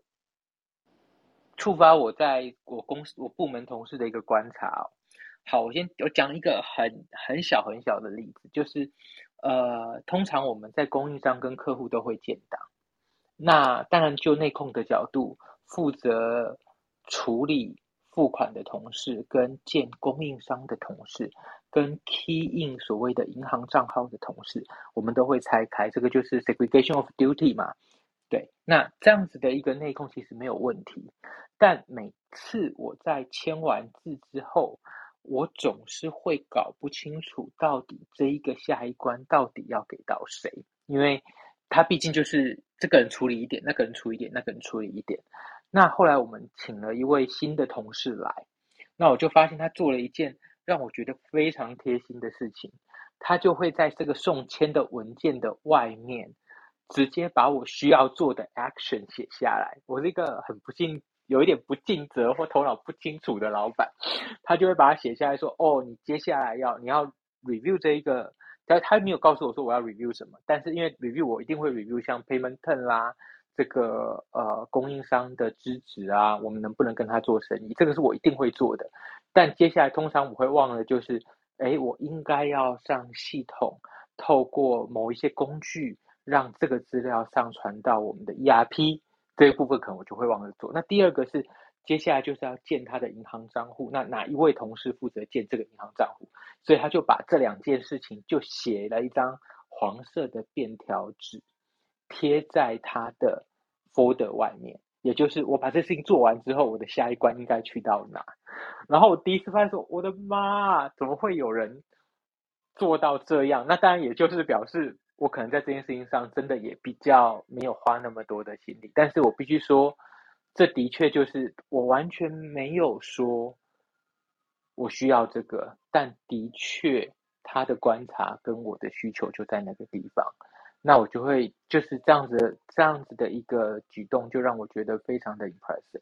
在我公司我部门同事的一个观察哦。好，我讲一个很小很小的例子，就是通常我们在供应商跟客户都会建档。那当然，就内控的角度，负责处理付款的同事，跟建供应商的同事，跟 key in 所谓的银行账号的同事，我们都会拆开，这个就是 segregation of duty 嘛。对，那这样子的一个内控其实没有问题，但每次我在签完字之后，我总是会搞不清楚到底这一个下一关到底要给到谁，因为他毕竟就是这个人处理一点，那个人处理一点，那个人处理一点。那后来我们请了一位新的同事来，那我就发现他做了一件让我觉得非常贴心的事情，他就会在这个送签的文件的外面直接把我需要做的 action 写下来。我是一个有一点不尽责或头脑不清楚的老板，他就会把它写下来说，哦，你接下来你要 review 这一个，他没有告诉我说我要 review 什么，但是因为 review 我一定会 review 像 payment term 啦，这个供应商的资质啊，我们能不能跟他做生意，这个是我一定会做的。但接下来通常我会忘了，就是我应该要上系统，透过某一些工具让这个资料上传到我们的 ERP， 这个部分可能我就会忘了做。那第二个是接下来就是要建他的银行账户，那哪一位同事负责建这个银行账户，所以他就把这两件事情就写了一张黄色的便条纸贴在他的 folder 外面，也就是我把这事情做完之后，我的下一关应该去到哪。然后我第一次发现说，我的妈，怎么会有人做到这样？那当然也就是表示我可能在这件事情上真的也比较没有花那么多的心力，但是我必须说，这的确就是我完全没有说我需要这个，但的确他的观察跟我的需求就在那个地方，那我就会就是这样子的一个举动，就让我觉得非常的 impressive。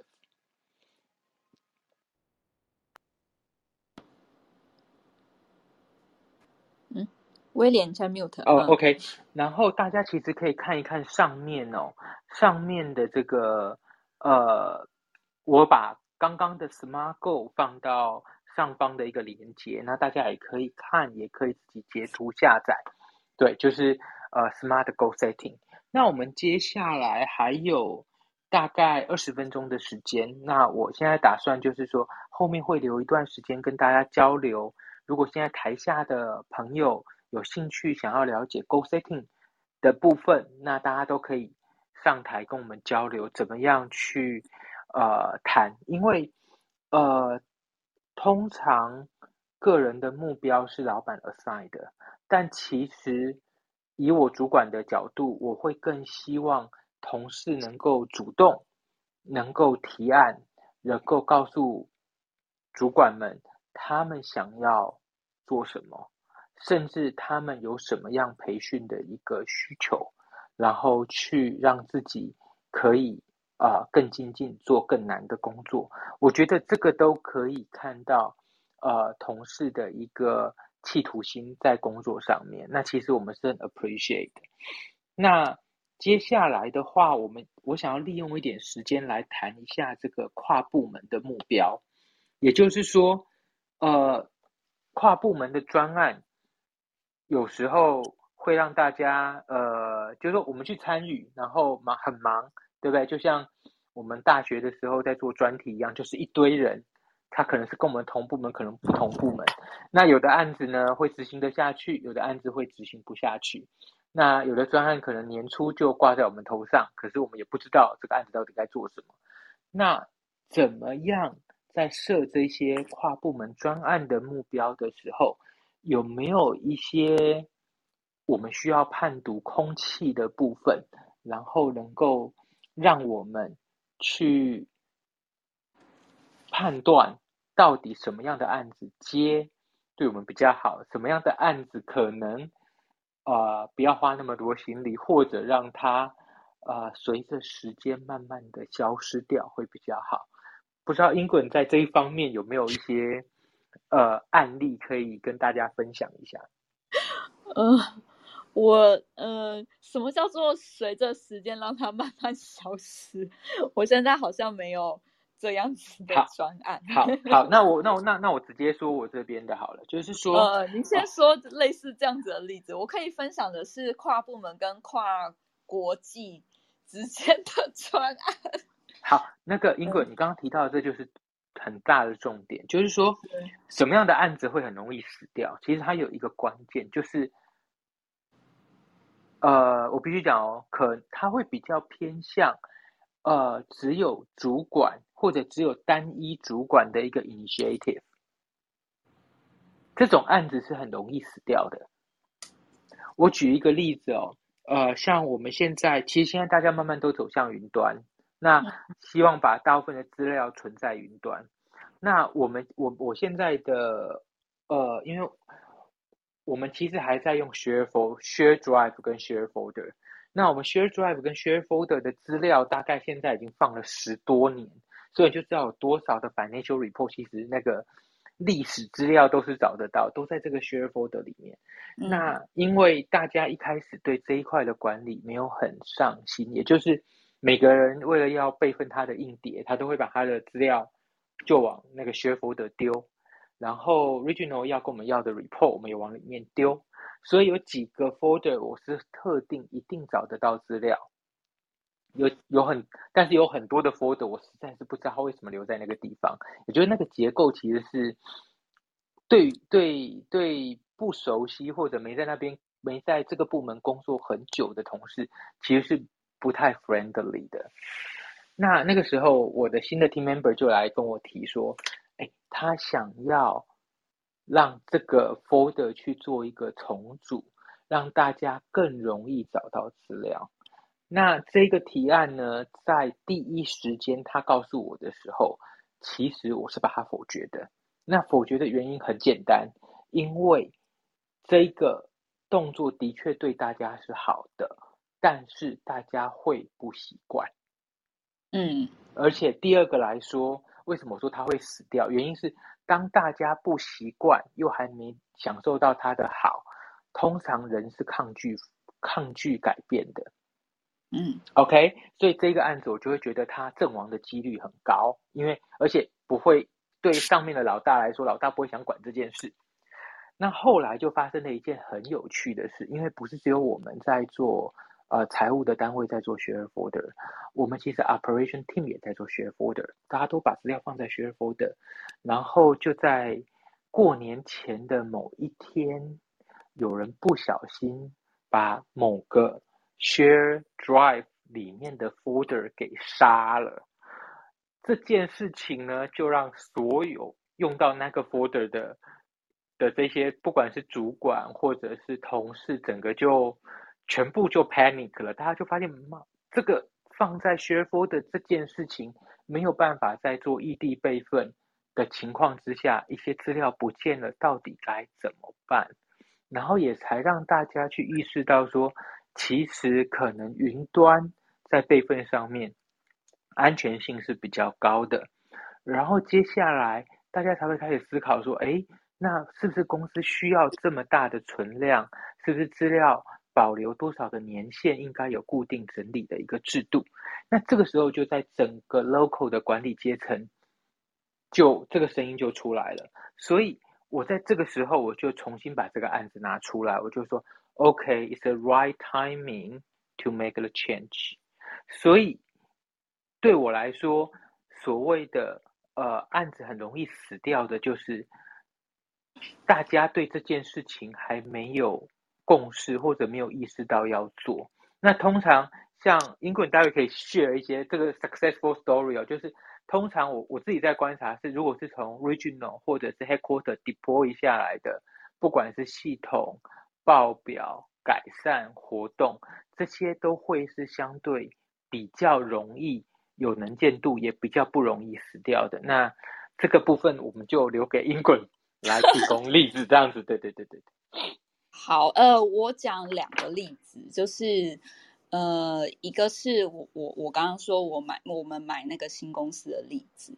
威廉在 mute。 OK，然后大家其实可以看一看上面哦，上面的这个我把刚刚的 Smart Go 放到上方的一个连接，那大家也可以看，也可以自己截图下载。对，就是Smart Go Setting。那我们接下来还有大概20分钟的时间，那我现在打算就是说后面会留一段时间跟大家交流。如果现在台下的朋友有兴趣想要了解 Goal Setting 的部分，那大家都可以上台跟我们交流，怎么样去谈，因为通常个人的目标是老板 assign 的，但其实以我主管的角度，我会更希望同事能够主动，能够提案，能够告诉主管们他们想要做什么，甚至他们有什么样培训的一个需求，然后去让自己可以更精进，做更难的工作。我觉得这个都可以看到同事的一个企图心在工作上面。那其实我们是很 appreciate 的。那接下来的话，我想要利用一点时间来谈一下这个跨部门的目标，也就是说，跨部门的专案有时候会让大家就是说我们去参与，然后很忙，对不对？就像我们大学的时候在做专题一样，就是一堆人，他可能是跟我们同部门，可能不同部门。那有的案子呢会执行得下去，有的案子会执行不下去。那有的专案可能年初就挂在我们头上，可是我们也不知道这个案子到底该做什么。那怎么样在设这些跨部门专案的目标的时候，有没有一些我们需要判读空气的部分，然后能够让我们去判断到底什么样的案子接对我们比较好，什么样的案子可能不要花那么多心力，或者让它随着时间慢慢的消失掉会比较好。不知道英滚在这一方面有没有一些案例可以跟大家分享一下？ 什么叫做随着时间让它慢慢消失？我现在好像没有这样子的专案。 好，那我直接说我这边的好了，就是说， 你先说类似这样子的例子，我可以分享的是跨部门跟跨国际之间的专案。 好，那个英滚，你刚刚提到的这就是很大的重点，就是说什么样的案子会很容易死掉？其实它有一个关键，就是我必须讲哦，它会比较偏向只有主管或者只有单一主管的一个 initiative，这种案子是很容易死掉的。我举一个例子哦，像我们其实现在大家慢慢都走向云端，那希望把大部分的资料存在云端。那我现在的因为我们其实还在用 Share Drive 跟 Share Folder。那我们 Share Drive 跟 Share Folder 的资料大概现在已经放了10多年，所以就知道有多少的 financial report 其实那个历史资料都是找得到，都在这个 Share Folder 里面。那因为大家一开始对这一块的管理没有很上心，也就是每个人为了要备份他的硬碟，他都会把他的资料就往那个 Share Folder 丢，然后 Regional 要跟我们要的 report 我们也往里面丢，所以有几个 folder 我是特定一定找得到资料，但是有很多的 folder 我实在是不知道它为什么留在那个地方。我觉得那个结构其实是对不熟悉或者没在这个部门工作很久的同事，其实是不太 friendly 的。那个时候，我的新的 team member 就来跟我提说，他想要让这个 folder 去做一个重组，让大家更容易找到资料。那这个提案呢，在第一时间他告诉我的时候，其实我是把它否决的。那否决的原因很简单，因为这个动作的确对大家是好的，但是大家会不习惯。而且第二个来说，为什么说它会死掉？原因是当大家不习惯，又还没享受到它的好，通常人是抗拒改变的。OK， 所以这个案子我就会觉得它阵亡的几率很高，而且不会对上面的老大来说，老大不会想管这件事。那后来就发生了一件很有趣的事，因为不是只有我们在做财务的单位在做 share folder， 我们其实 operation team 也在做 share folder， 大家都把资料放在 share folder， 然后就在过年前的某一天，有人不小心把某个 share drive 里面的 folder 给杀了。这件事情呢，就让所有用到那个 folder 的这些，不管是主管或者是同事，整个就全部就 panic 了。大家就发现，这个放在 share folder 这件事情没有办法在做异地备份的情况之下，一些资料不见了，到底该怎么办？然后也才让大家去意识到说，其实可能云端在备份上面安全性是比较高的。然后接下来大家才会开始思考说，那是不是公司需要这么大的存量？是不是资料保留多少个年限应该有固定整理的一个制度？那这个时候就在整个 local 的管理阶层，就这个声音就出来了。所以我在这个时候我就重新把这个案子拿出来，我就说 OK，it's a right timing to make the change。所以对我来说，所谓的案子很容易死掉的，就是大家对这件事情还没有共识，或者没有意识到要做。那通常像英国，待会可以 share 一些这个 successful story 就是通常我自己在观察是，如果是从 regional 或者是 headquarter deploy 下来的，不管是系统、报表、改善、活动，这些都会是相对比较容易有能见度，也比较不容易死掉的。那这个部分我们就留给英滚来提供例子，这样子，对。 好，我讲2个例子，就是一个是我刚刚说我们买那个新公司的例子，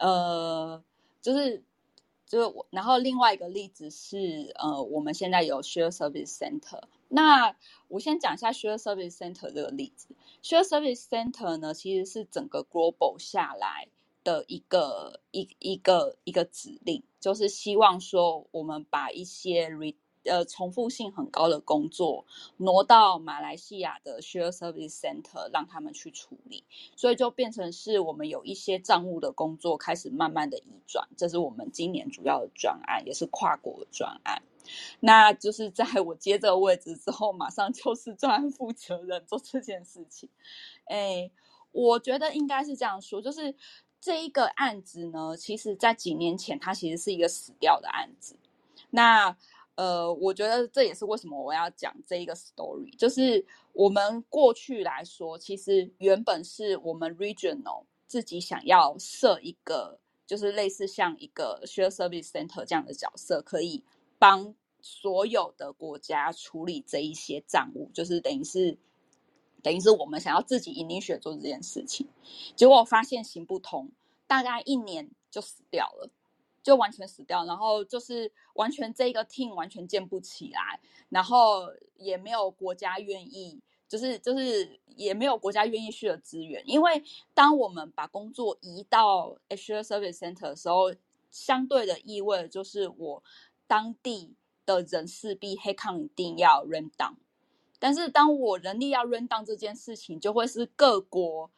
就是然后另外一个例子是我们现在有 Share Service Center。那我先讲一下 Share Service Center 这个例子。Share Service Center 呢，其实是整个 Global 下来的一个指令，就是希望说我们把一些重复性很高的工作挪到马来西亚的 Share Service Center 让他们去处理，所以就变成是我们有一些账务的工作开始慢慢的移转，这是我们今年主要的专案，也是跨国的专案。那就是在我接这个位置之后，马上就是专案负责人做这件事情。我觉得应该是这样说，就是这一个案子呢，其实在几年前它其实是一个死掉的案子。那我觉得这也是为什么我要讲这一个 story， 就是我们过去来说，其实原本是我们 regional 自己想要设一个，就是类似像一个 share service center 这样的角色，可以帮所有的国家处理这一些账务，就是等于是我们想要自己 initiate 做这件事情，结果发现行不通，大概1年就死掉了。就完全死掉，然后就是完全这个 team 完全建不起来，然后也没有国家愿意，就是也没有国家愿意续的资源，因为当我们把工作移到 Azure Service Center 的时候，相对的意味就是我当地的人势必 headcount 一定要 run down， 但是当我人力要 run down 这件事情，就会是各国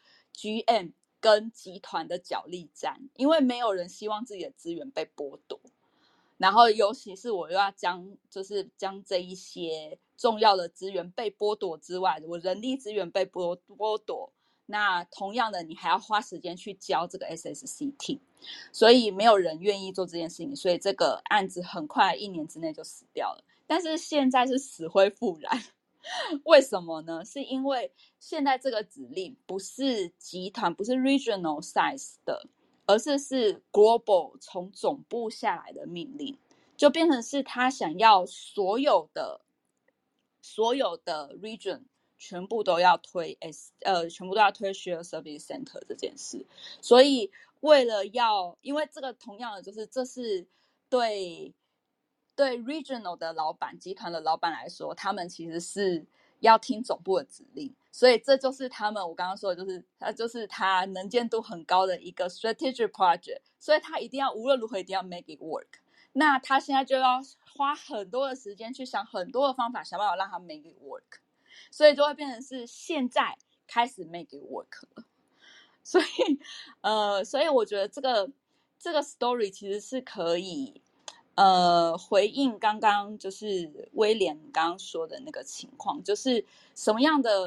GM跟集团的角力战，因为没有人希望自己的资源被剥夺，然后尤其是我又要将这一些重要的资源被剥夺之外，我人力资源被剥夺，那同样的你还要花时间去教这个 SSC team， 所以没有人愿意做这件事情，所以这个案子很快1年之内就死掉了。但是现在是死灰复燃，为什么呢？是因为现在这个指令不是集团，不是 regional size 的，而是 global 从总部下来的命令，就变成是他想要所有的 region 全部都要推share service center 这件事。所以因为这个同样的就是这是对 regional 的老板，集团的老板来说，他们其实是要听总部的指令，所以这就是我刚刚说的，就是他能见度很高的一个 strategic project， 所以他一定要无论如何一定要 make it work。那他现在就要花很多的时间去想很多的方法，想办法让他 make it work， 所以就会变成是现在开始 make it work 了。所以我觉得这个 story 其实是可以回应刚刚就是威廉刚刚说的那个情况，就是什么样的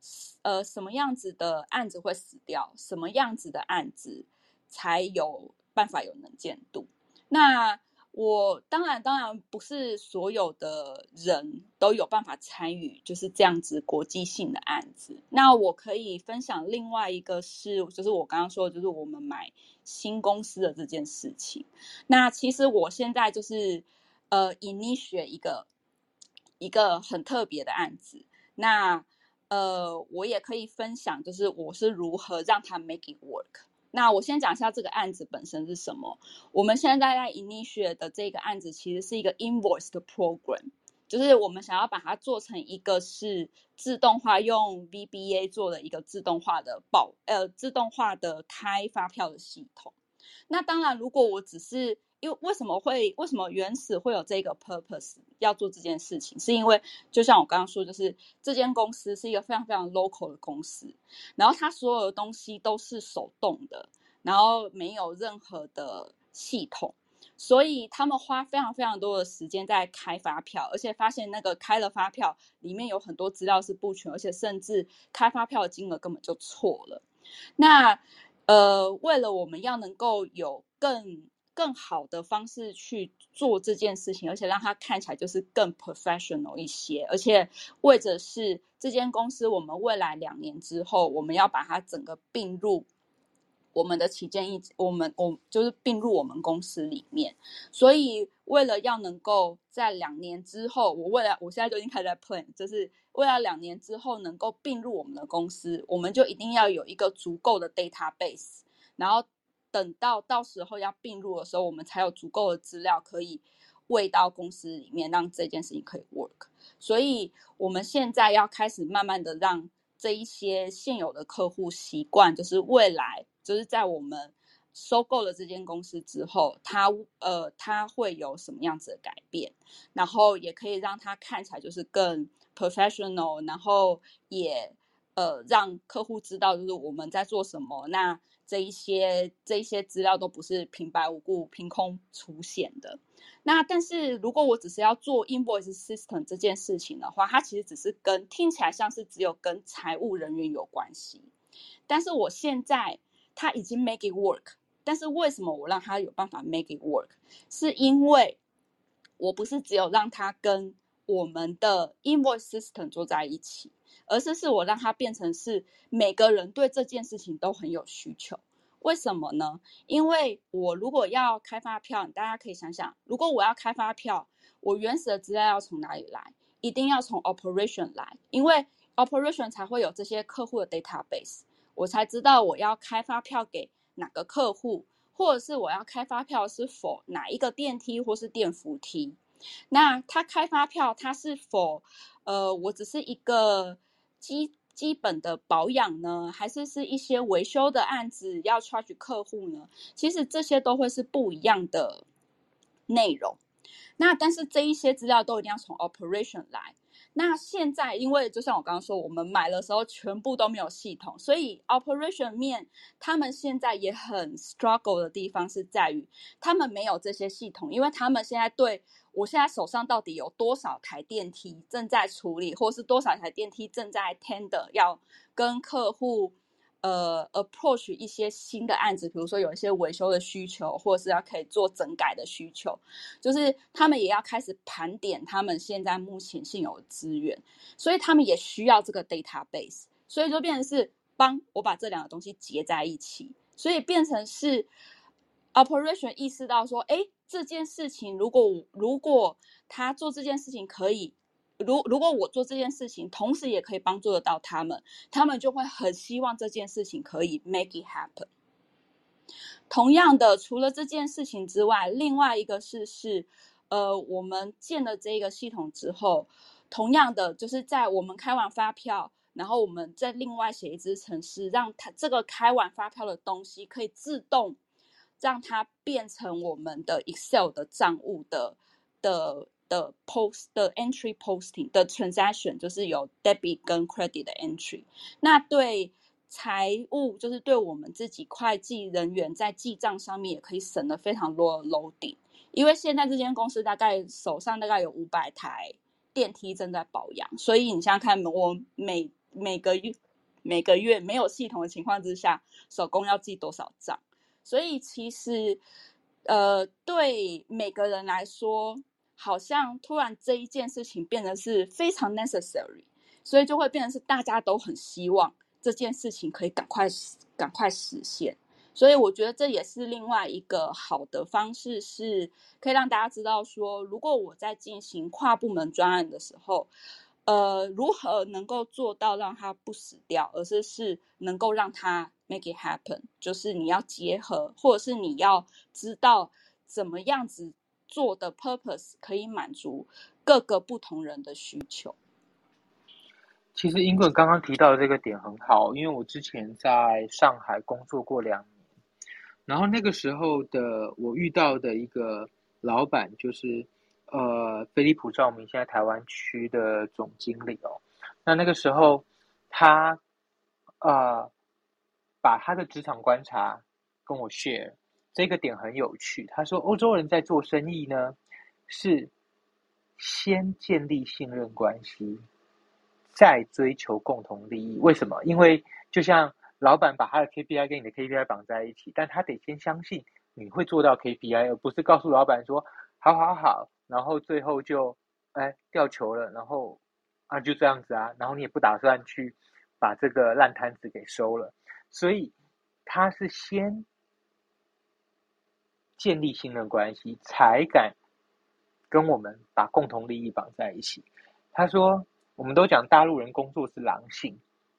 什么样子的案子会死掉，什么样子的案子才有办法有能见度。那我当然不是所有的人都有办法参与就是这样子国际性的案子。那我可以分享另外一个是，就是我刚刚说的，就是我们买新公司的这件事情。那其实我现在就是initiate一个很特别的案子。那我也可以分享，就是我是如何让它 make it work。那我先讲一下这个案子本身是什么。我们现在在 initiate 的这个案子其实是一个 invoice 的 program， 就是我们想要把它做成一个是自动化用 VBA 做的一个自动化的自动化的开发票的系统。那当然，如果我只是因为为什么原始会有这个 purpose 要做这件事情，是因为就像我刚刚说，就是这间公司是一个非常非常 local 的公司，然后它所有的东西都是手动的，然后没有任何的系统，所以他们花非常非常多的时间在开发票，而且发现那个开了发票里面有很多资料是不全，而且甚至开发票的金额根本就错了。那为了我们要能够有更好的方式去做这件事情，而且让它看起来就是更 professional 一些，而且为着是这间公司我们未来2年之后我们要把它整个并入我们的旗舰我就是并入我们公司里面。所以为了要能够在2年之后，我现在就已经开始在 plan， 就是为了2年之后能够并入我们的公司，我们就一定要有一个足够的 database， 然后等到时候要并入的时候，我们才有足够的资料可以喂到公司里面，让这件事情可以 work。 所以我们现在要开始慢慢的让这一些现有的客户习惯，就是未来就是在我们收购了这间公司之后，它会有什么样子的改变，然后也可以让它看起来就是更 professional， 然后也让客户知道就是我们在做什么。那这一些资料都不是平白无故凭空出现的。那但是如果我只是要做 invoice system 这件事情的话，它其实只是听起来像是只有跟财务人员有关系。但是我现在它已经 make it work， 但是为什么我让它有办法 make it work， 是因为我不是只有让它跟我们的 invoice system 做在一起，而是我让它变成是每个人对这件事情都很有需求。为什么呢？因为我如果要开发票，大家可以想想，如果我要开发票，我原始的资料要从哪里来？一定要从 operation 来，因为 operation 才会有这些客户的 database， 我才知道我要开发票给哪个客户，或者是我要开发票是否哪一个电梯或是电扶梯。那他开发票他是否我只是一个基本的保养呢，还是一些维修的案子要 charge 客户呢？其实这些都会是不一样的内容。那但是这一些资料都一定要从 operation 来。那现在因为就像我刚刚说，我们买的时候全部都没有系统，所以 operation 面他们现在也很 struggle 的地方是在于他们没有这些系统，因为他们现在对我现在手上到底有多少台电梯正在处理，或是多少台电梯正在 tender 要跟客户approach 一些新的案子，比如说有一些维修的需求，或者是要可以做整改的需求，就是他们也要开始盘点他们现在目前现有的资源，所以他们也需要这个 database， 所以就变成是我把这2个东西结在一起，所以变成是 operation 意识到说，这件事情如果他做这件事情可以，如果我做这件事情同时也可以帮助得到他们就会很希望这件事情可以 make it happen。 同样的，除了这件事情之外，另外一个是我们建了这个系统之后，同样的就是在我们开完发票，然后我们再另外写一支程式，让它这个开完发票的东西可以自动让它变成我们的 Excel 的账务的 post 的 entry posting 的 transaction， 就是有 debit 跟 credit 的 entry。 那对财务就是对我们自己会计人员在记账上面也可以省了非常多的 loading， 因为现在这间公司手上大概有500台电梯正在保养，所以你想想看，我每个月没有系统的情况之下，手工要记多少账。所以其实对每个人来说，好像突然这一件事情变得是非常 necessary， 所以就会变成是大家都很希望这件事情可以赶快实现。所以我觉得这也是另外一个好的方式，是可以让大家知道说，如果我在进行跨部门专案的时候，如何能够做到让它不死掉，而是能够让它 make it happen， 就是你要结合，或者是你要知道怎么样子做的 purpose 可以满足各个不同人的需求。 其实英文刚刚提到的这个点很好，因为我之前在上海工作过2年，然后那个时候的我遇到的一个老板就是飞利浦照明现在台湾区的总经理哦。那个时候他把他的职场观察跟我 share， 这个点很有趣。他说欧洲人在做生意呢是先建立信任关系，再追求共同利益。为什么？因为就像老板把他的 KPI 跟你的 KPI 绑在一起，但他得先相信你会做到 KPI， 而不是告诉老板说好好好，然后最后就掉球了，然后就这样子啊，然后你也不打算去把这个烂摊子给收了。所以他是先建立信任关系，才敢跟我们把共同利益绑在一起。他说我们都讲大陆人工作是狼性，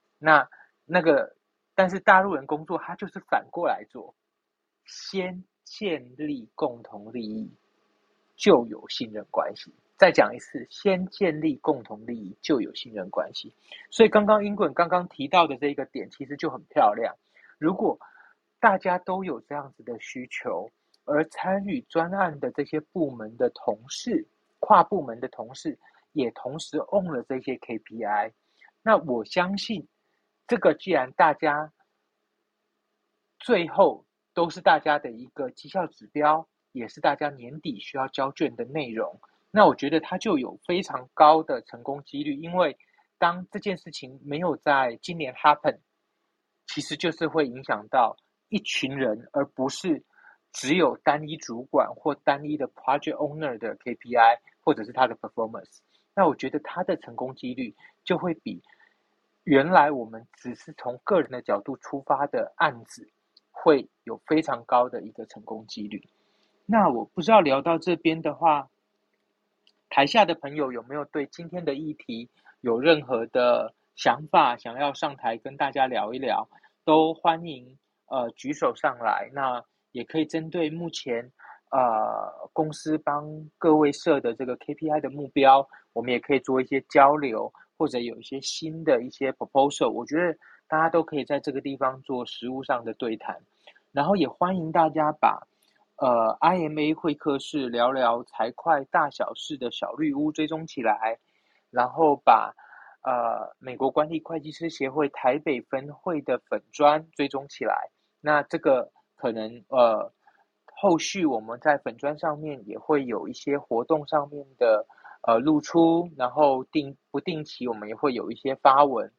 但是大陆人工作他就是反过来做，先建立共同利益就有信任关系。再讲一次，先建立共同利益就有信任关系。所以刚刚英滚刚刚提到的这个点其实就很漂亮。如果大家都有这样子的需求，而参与专案的这些部门的同事，跨部门的同事也同时 own 了这些 KPI， 那我相信这个既然大家最后都是大家的一个绩效指标，也是大家年底需要交卷的内容，那我觉得它就有非常高的成功几率。因为当这件事情没有在今年 happen， 其实就是会影响到一群人，而不是只有单一主管或单一的 project owner 的 KPI 或者是他的 performance。 那我觉得他的成功几率就会比原来我们只是从个人的角度出发的案子会有非常高的一个成功几率。那我不知道聊到这边的话，台下的朋友有没有对今天的议题有任何的想法，想要上台跟大家聊一聊，都欢迎举手上来。那也可以针对目前公司帮各位设的这个 KPI 的目标，我们也可以做一些交流，或者有一些新的一些 proposal， 我觉得大家都可以在这个地方做实务上的对谈。然后也欢迎大家把IMA 会客室聊聊财会大小事的小绿屋追踪起来，然后把美国管理会计师协会台北分会的粉专追踪起来。那这个可能后续我们在粉专上面也会有一些活动上面的露出，然后不定期我们也会有一些发文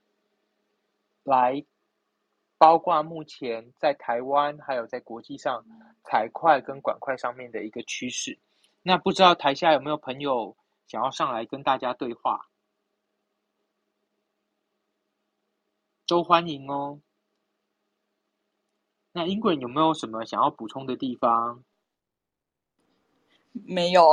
来包括目前在台湾还有在国际上财会跟管会上面的一个趋势。那不知道台下有没有朋友想要上来跟大家对话，都欢迎哦。那英滚有没有什么想要补充的地方？ 没有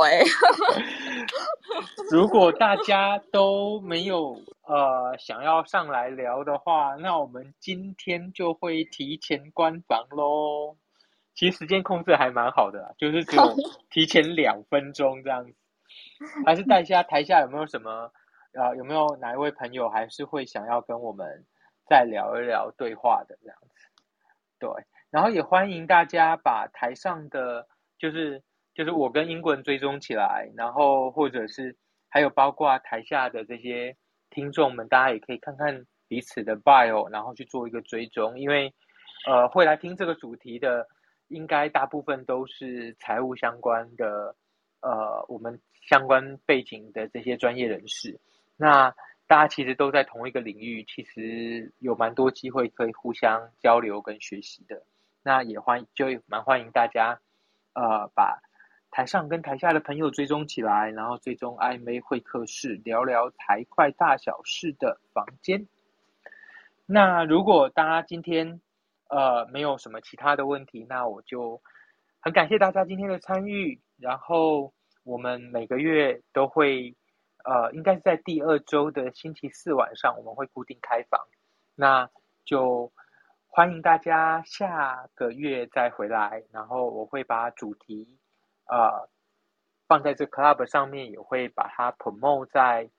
如果大家都没有想要上来聊的话，那我们今天就会提前关房咯。其实时间控制还蛮好的啦，就是只有提前2分钟这样子。还是台下有没有什么有没有哪一位朋友还是会想要跟我们再聊一聊对话的这样子？对，然后也欢迎大家把台上的就是我跟英滚追踪起来，然后或者是还有包括台下的这些听众们，大家也可以看看彼此的 bio， 然后去做一个追踪。因为会来听这个主题的应该大部分都是财务相关的我们相关背景的这些专业人士。那大家其实都在同一个领域，其实有蛮多机会可以互相交流跟学习的。那也蛮欢迎大家，把台上跟台下的朋友追踪起来，然后追踪IMA会客室，聊聊财会大小事的房间。那如果大家今天没有什么其他的问题，那我就很感谢大家今天的参与。然后我们每个月都会应该是在第2周的星期四晚上，我们会固定开房。那就欢迎大家下个月再回来，然后我会把主题放在这 club 上面，也会把它 promote 在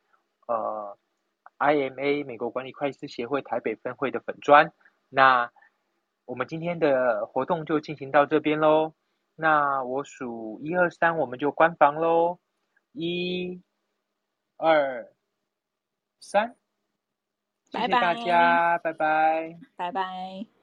IMA 美国管理会计师协会台北分会的粉专。那我们今天的活动就进行到这边咯。那我数1、2、3，我们就关房咯。1、2、3，谢谢大家，拜拜， 拜拜。